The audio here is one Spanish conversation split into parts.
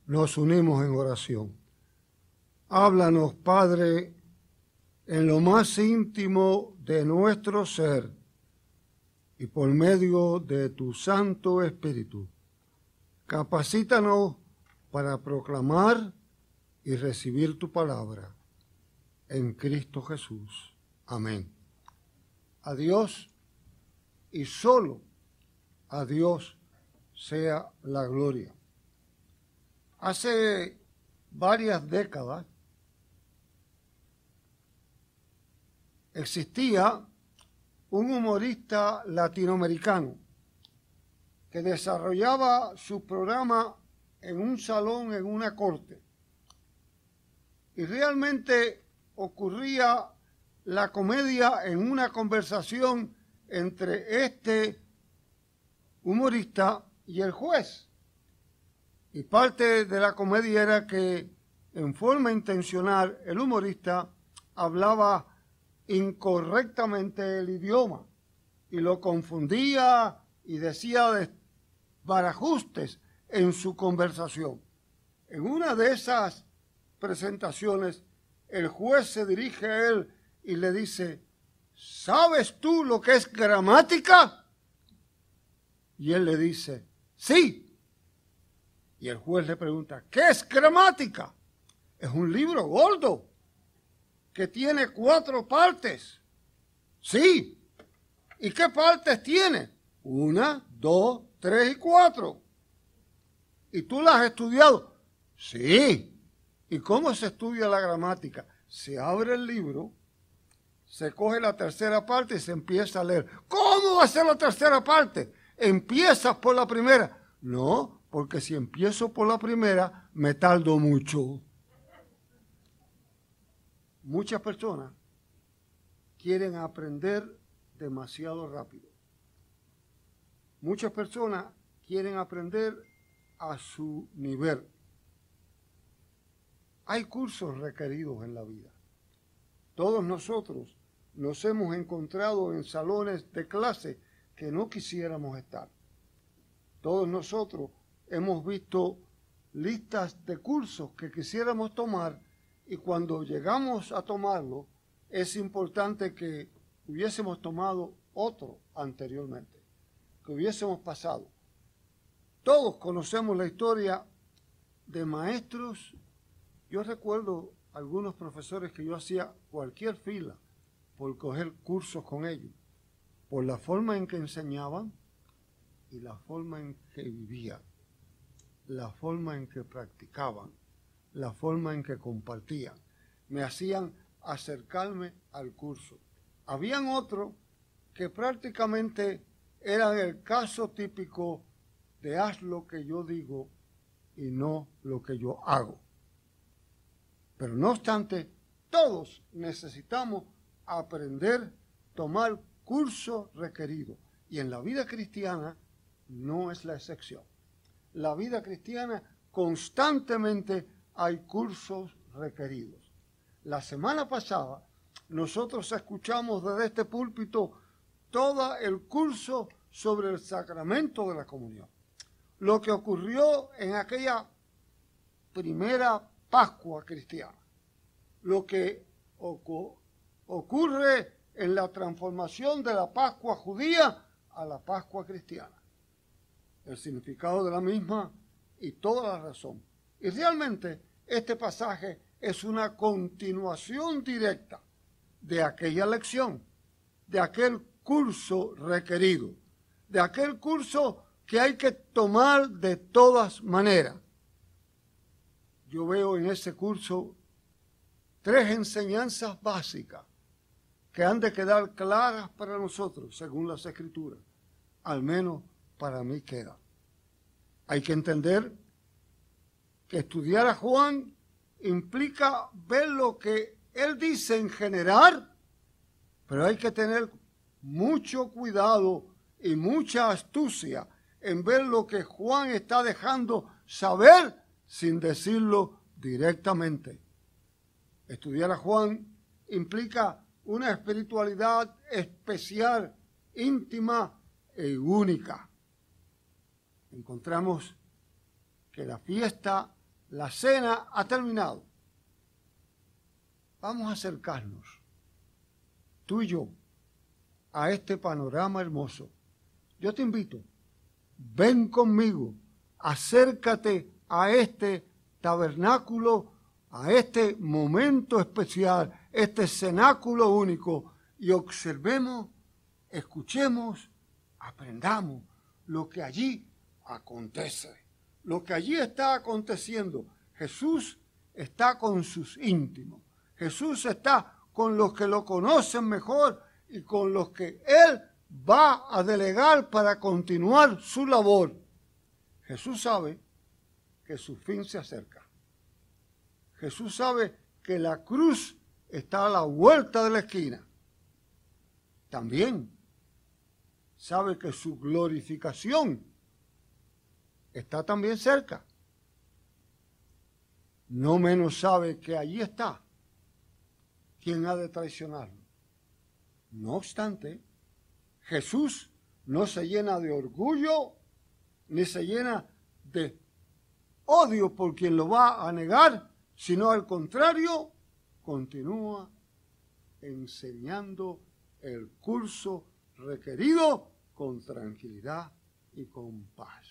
nos unimos en oración. Háblanos, Padre, en lo más íntimo de nuestro ser y por medio de tu Santo Espíritu. Capacítanos para proclamar y recibir tu palabra en Cristo Jesús. Amén. A Dios y solo a Dios sea la gloria. Hace varias décadas existía un humorista latinoamericano que desarrollaba su programa en un salón, en una corte. Y realmente ocurría la comedia en una conversación entre este humorista y el juez. Y parte de la comedia era que en forma intencional el humorista hablaba incorrectamente el idioma y lo confundía y decía desbarajustes en su conversación. En una de esas presentaciones, el juez se dirige a él y le dice: ¿sabes tú lo que es gramática? Y él le dice: sí. Y el juez le pregunta: ¿qué es gramática? Es un libro gordo que tiene 4 partes. Sí. ¿Y qué partes tiene? 1, 2, 3 y 4. ¿Y tú las has estudiado? Sí. ¿Y cómo se estudia la gramática? Se abre el libro, se coge la tercera parte y se empieza a leer. ¿Cómo va a ser la tercera parte? ¿Empiezas por la primera? No, porque si empiezo por la primera, me tardo mucho. Muchas personas quieren aprender demasiado rápido. Muchas personas quieren aprender a su nivel. Hay cursos requeridos en la vida. Todos nosotros nos hemos encontrado en salones de clase que no quisiéramos estar. Todos nosotros hemos visto listas de cursos que quisiéramos tomar y cuando llegamos a tomarlo es importante que hubiésemos tomado otro anteriormente, que hubiésemos pasado. Todos conocemos la historia de maestros. Yo recuerdo algunos profesores que yo hacía cualquier fila por coger cursos con ellos, por la forma en que enseñaban y la forma en que vivían, la forma en que practicaban, la forma en que compartían. Me hacían acercarme al curso. Habían otros que prácticamente eran el caso típico de haz lo que yo digo y no lo que yo hago. Pero no obstante, todos necesitamos aprender, tomar cursos requeridos. Y en la vida cristiana no es la excepción. La vida cristiana constantemente hay cursos requeridos. La semana pasada nosotros escuchamos desde este púlpito todo el curso sobre el sacramento de la comunión. Lo que ocurrió en aquella primera Pascua cristiana. Lo que ocurre en la transformación de la Pascua judía a la Pascua cristiana. El significado de la misma y toda la razón. Y realmente este pasaje es una continuación directa de aquella lección, de aquel curso requerido, de aquel curso que hay que tomar de todas maneras. Yo veo en ese curso 3 enseñanzas básicas que han de quedar claras para nosotros, según las Escrituras. Al menos para mí queda. Hay que entender que estudiar a Juan implica ver lo que él dice en general, pero hay que tener mucho cuidado y mucha astucia en ver lo que Juan está dejando saber sin decirlo directamente. Estudiar a Juan implica una espiritualidad especial, íntima e única. Encontramos que la fiesta la cena ha terminado. Vamos a acercarnos, tú y yo, a este panorama hermoso. Yo te invito, ven conmigo, acércate a este tabernáculo, a este momento especial, este cenáculo único, y observemos, escuchemos, aprendamos lo que allí acontece, lo que allí está aconteciendo. Jesús está con sus íntimos, Jesús está con los que lo conocen mejor y con los que Él va a delegar para continuar su labor. Jesús sabe que su fin se acerca. Jesús sabe que la cruz está a la vuelta de la esquina. También sabe que su glorificación está también cerca. No menos sabe que allí está quien ha de traicionarlo. No obstante, Jesús no se llena de orgullo ni se llena de odio por quien lo va a negar, sino al contrario, continúa enseñando el curso requerido con tranquilidad y con paz.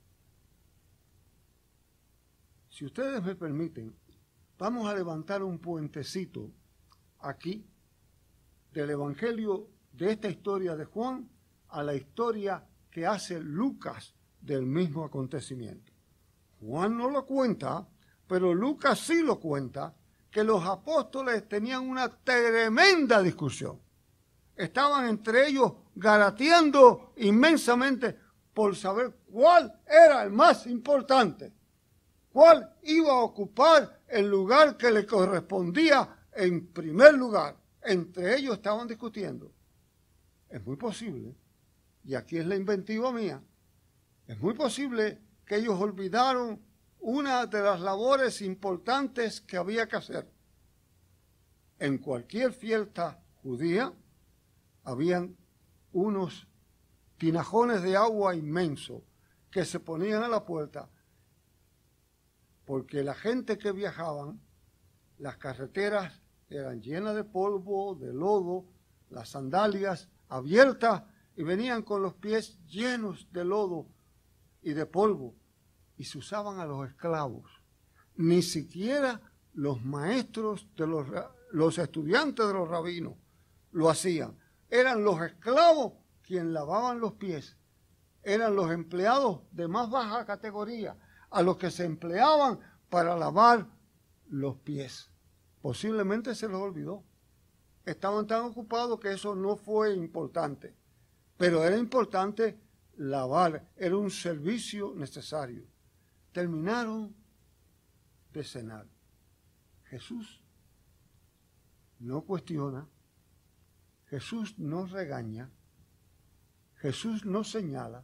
Si ustedes me permiten, vamos a levantar un puentecito aquí del Evangelio de esta historia de Juan a la historia que hace Lucas del mismo acontecimiento. Juan no lo cuenta, pero Lucas sí lo cuenta, que los apóstoles tenían una tremenda discusión. Estaban entre ellos garateando inmensamente por saber cuál era el más importante, cuál iba a ocupar el lugar que le correspondía en primer lugar. Entre ellos estaban discutiendo. Es muy posible, y aquí es la inventiva mía, es muy posible que ellos olvidaron una de las labores importantes que había que hacer. En cualquier fiesta judía habían unos tinajones de agua inmensos que se ponían a la puerta, porque la gente que viajaban, las carreteras eran llenas de polvo, de lodo, las sandalias abiertas y venían con los pies llenos de lodo y de polvo, y se usaban a los esclavos. Ni siquiera los maestros de los estudiantes de los rabinos lo hacían. Eran los esclavos quienes lavaban los pies. Eran los empleados de más baja categoría a los que se empleaban para lavar los pies. Posiblemente se los olvidó. Estaban tan ocupados que eso no fue importante. Pero era importante lavar, era un servicio necesario. Terminaron de cenar. Jesús no cuestiona, Jesús no regaña, Jesús no señala,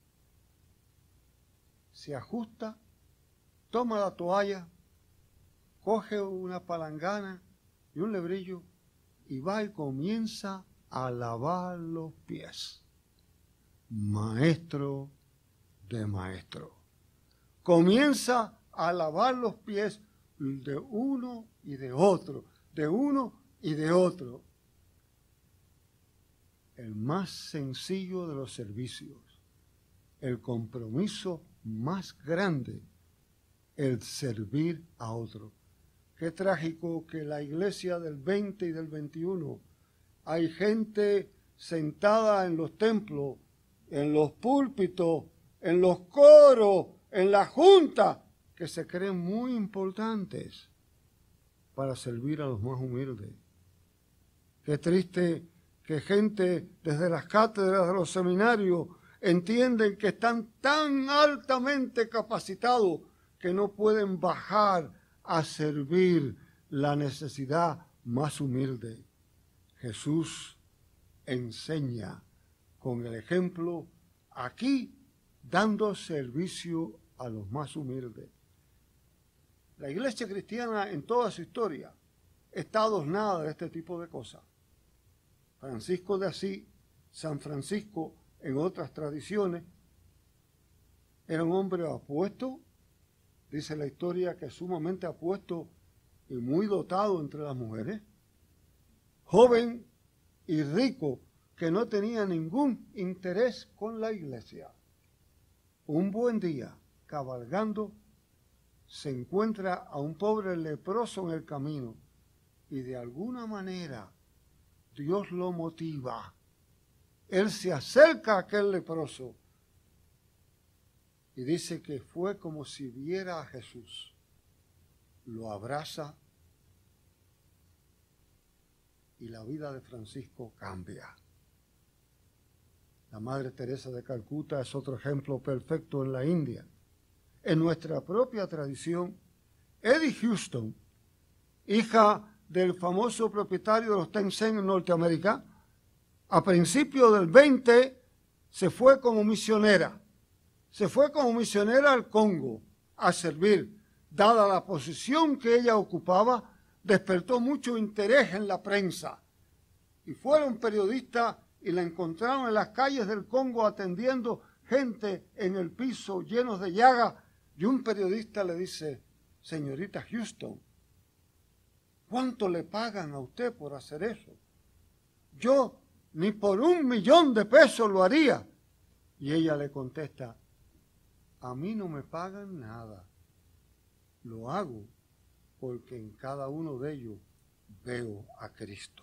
se ajusta, toma la toalla, coge una palangana y un lebrillo y va y comienza a lavar los pies. Maestro de maestro. Comienza a lavar los pies de uno y de otro, de uno y de otro. El más sencillo de los servicios, el compromiso más grande, el servir a otro. Qué trágico que la iglesia del 20 y del 21 hay gente sentada en los templos, en los púlpitos, en los coros, en la junta, que se creen muy importantes para servir a los más humildes. Qué triste que gente desde las cátedras de los seminarios entienden que están tan altamente capacitados que no pueden bajar a servir la necesidad más humilde. Jesús enseña con el ejemplo aquí, dando servicio a los más humildes. La iglesia cristiana en toda su historia está adornada de este tipo de cosas. Francisco de Asís, San Francisco, en otras tradiciones, era un hombre apuesto, dice la historia que es sumamente apuesto y muy dotado entre las mujeres, joven y rico, que no tenía ningún interés con la iglesia. Un buen día, cabalgando, se encuentra a un pobre leproso en el camino y de alguna manera Dios lo motiva. Él se acerca a aquel leproso y dice que fue como si viera a Jesús. Lo abraza y la vida de Francisco cambia. La Madre Teresa de Calcuta es otro ejemplo perfecto en la India. En nuestra propia tradición, Eddie Houston, hija del famoso propietario de los Tencent en Norteamérica, a principios del 20 se fue como misionera. Se fue como misionera al Congo a servir. Dada la posición que ella ocupaba, despertó mucho interés en la prensa. Y fueron periodistas y la encontraron en las calles del Congo atendiendo gente en el piso llenos de llagas. Y un periodista le dice: señorita Houston, ¿cuánto le pagan a usted por hacer eso? Yo ni por $1.000.000 lo haría. Y ella le contesta: a mí no me pagan nada. Lo hago porque en cada uno de ellos veo a Cristo.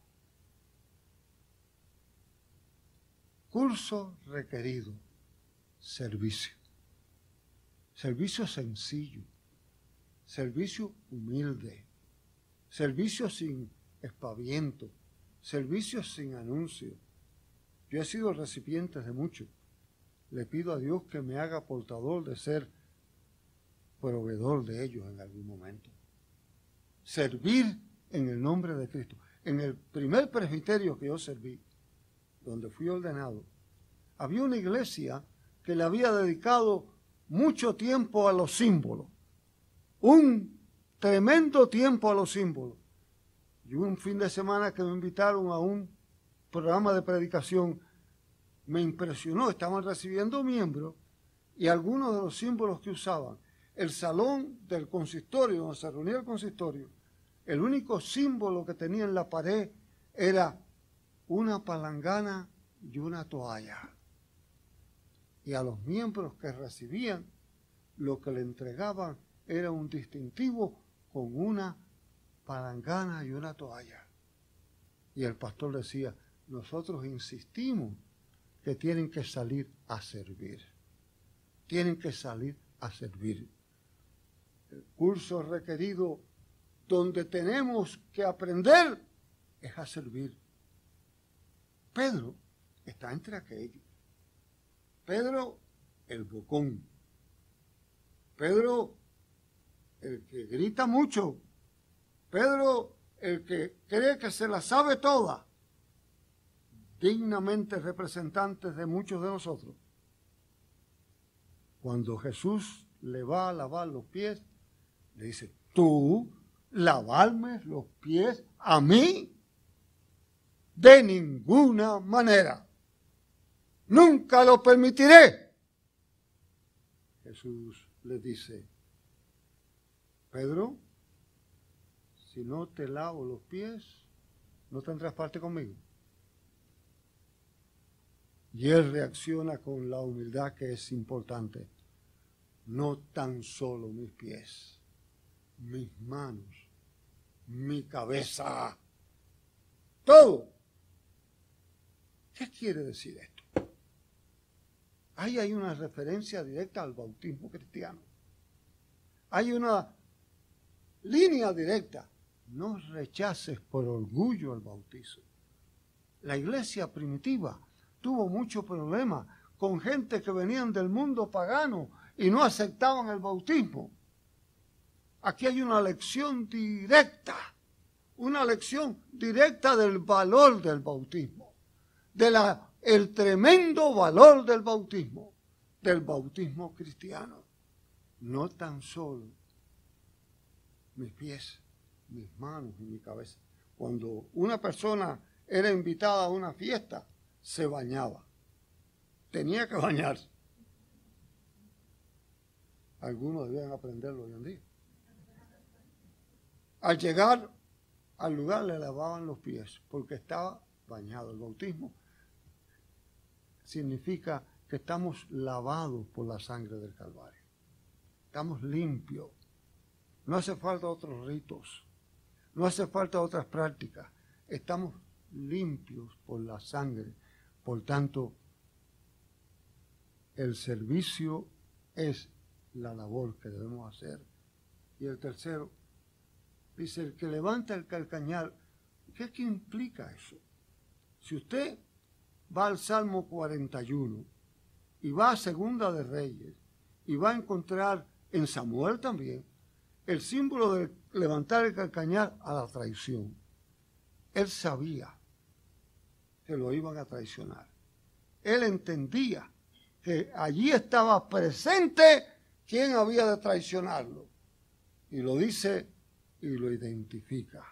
Curso requerido: servicio. Servicio sencillo, servicio humilde, servicio sin espaviento, servicio sin anuncio. Yo he sido recipiente de mucho. Le pido a Dios que me haga portador de ser proveedor de ellos en algún momento. Servir en el nombre de Cristo. En el primer presbiterio que yo serví, donde fui ordenado, había una iglesia que le había dedicado mucho tiempo a los símbolos, un tremendo tiempo a los símbolos. Y un fin de semana que me invitaron a un programa de predicación, me impresionó. Estaban recibiendo miembros y algunos de los símbolos que usaban. El salón del consistorio, donde se reunía el consistorio, el único símbolo que tenía en la pared era una palangana y una toalla. Y a los miembros que recibían, lo que le entregaban era un distintivo con una palangana y una toalla. Y el pastor decía: nosotros insistimos que tienen que salir a servir. Tienen que salir a servir. El curso requerido donde tenemos que aprender es a servir. Pedro está entre aquellos. Pedro, el bocón. Pedro, el que grita mucho. Pedro, el que cree que se la sabe toda. Dignamente representantes de muchos de nosotros. Cuando Jesús le va a lavar los pies, le dice: ¿tú lavarme los pies a mí? De ninguna manera. Nunca lo permitiré. Jesús le dice: Pedro, si no te lavo los pies, no tendrás parte conmigo. Y él reacciona con la humildad que es importante. No tan solo mis pies, mis manos, mi cabeza, todo. ¿Qué quiere decir esto? Ahí hay una referencia directa al bautismo cristiano. Hay una línea directa. No rechaces por orgullo el bautizo. La iglesia primitiva tuvo mucho problema con gente que venían del mundo pagano y no aceptaban el bautismo. Aquí hay una lección directa del valor del bautismo, el tremendo valor del bautismo cristiano. No tan solo mis pies, mis manos y mi cabeza. Cuando una persona era invitada a una fiesta, se bañaba. Tenía que bañarse. Algunos debían aprenderlo hoy en día. Al llegar al lugar le lavaban los pies porque estaba bañado. El bautismo significa que estamos lavados por la sangre del Calvario. Estamos limpios. No hace falta otros ritos. No hace falta otras prácticas. Estamos limpios por la sangre. Por tanto, el servicio es la labor que debemos hacer. Y el tercero, dice, el que levanta el calcañar, ¿qué implica eso? Si usted va al Salmo 41 y va a Segunda de Reyes y va a encontrar en Samuel también el símbolo de levantar el calcañar a la traición. Él sabía que lo iban a traicionar. Él entendía que allí estaba presente quién había de traicionarlo. Y lo dice y lo identifica.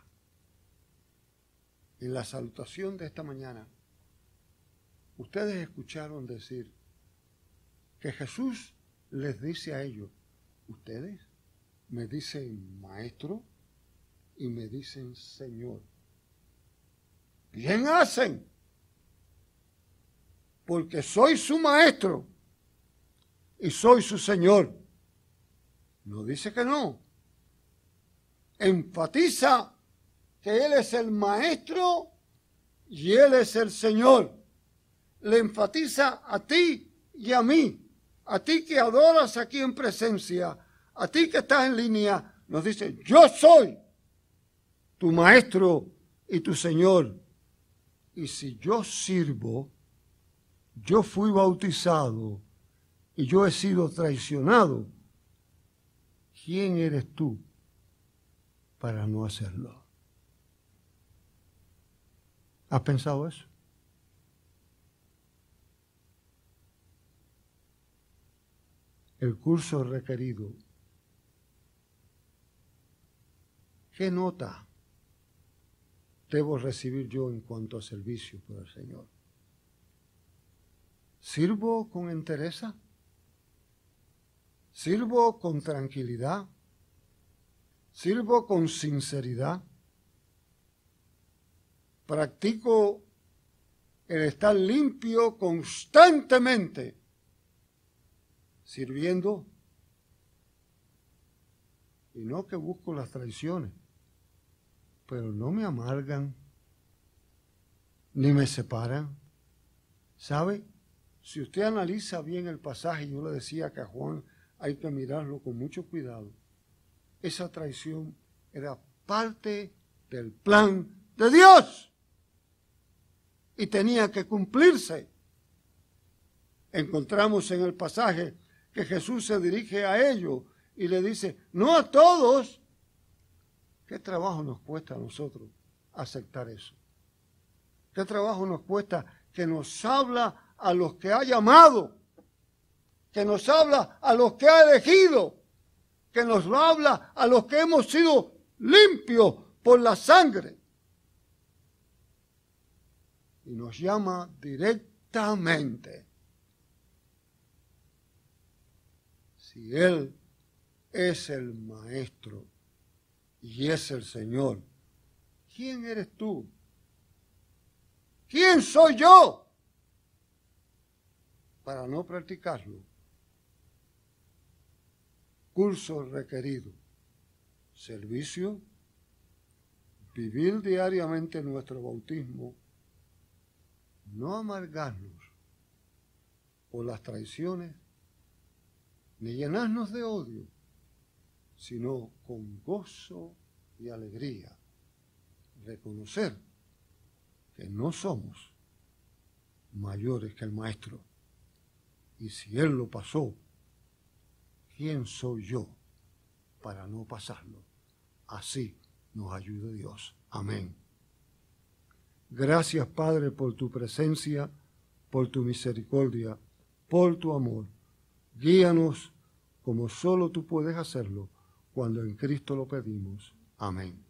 En la salutación de esta mañana, ustedes escucharon decir que Jesús les dice a ellos, ustedes me dicen maestro y me dicen Señor. Bien hacen, porque soy su maestro y soy su Señor. No dice que no. Enfatiza que Él es el maestro y Él es el Señor. Le enfatiza a ti y a mí, a ti que adoras aquí en presencia, a ti que estás en línea, nos dice, yo soy tu maestro y tu Señor. Y si yo sirvo, yo fui bautizado y yo he sido traicionado, ¿quién eres tú para no hacerlo? ¿Has pensado eso? El curso requerido. ¿Qué nota debo recibir yo en cuanto a servicio por el Señor? ¿Sirvo con entereza? ¿Sirvo con tranquilidad? ¿Sirvo con sinceridad? ¿Practico el estar limpio constantemente, sirviendo? Y no que busco las traiciones, pero no me amargan, ni me separan. ¿Sabe? Si usted analiza bien el pasaje, yo le decía que a Juan hay que mirarlo con mucho cuidado. Esa traición era parte del plan de Dios y tenía que cumplirse. Encontramos en el pasaje que Jesús se dirige a ellos y le dice, no a todos. ¿Qué trabajo nos cuesta a nosotros aceptar eso? ¿Qué trabajo nos cuesta que nos habla a los que ha llamado, que nos habla a los que ha elegido, que nos habla a los que hemos sido limpios por la sangre? Y nos llama directamente. Si Él es el Maestro y es el Señor, ¿quién eres tú? ¿Quién soy yo para no practicarlo? Curso requerido. Servicio. Vivir diariamente nuestro bautismo. No amargarnos por las traiciones, ni llenarnos de odio, sino con gozo y alegría reconocer que no somos mayores que el Maestro. Y si Él lo pasó, ¿quién soy yo para no pasarlo? Así nos ayude Dios. Amén. Gracias, Padre, por tu presencia, por tu misericordia, por tu amor. Guíanos como solo tú puedes hacerlo cuando en Cristo lo pedimos. Amén.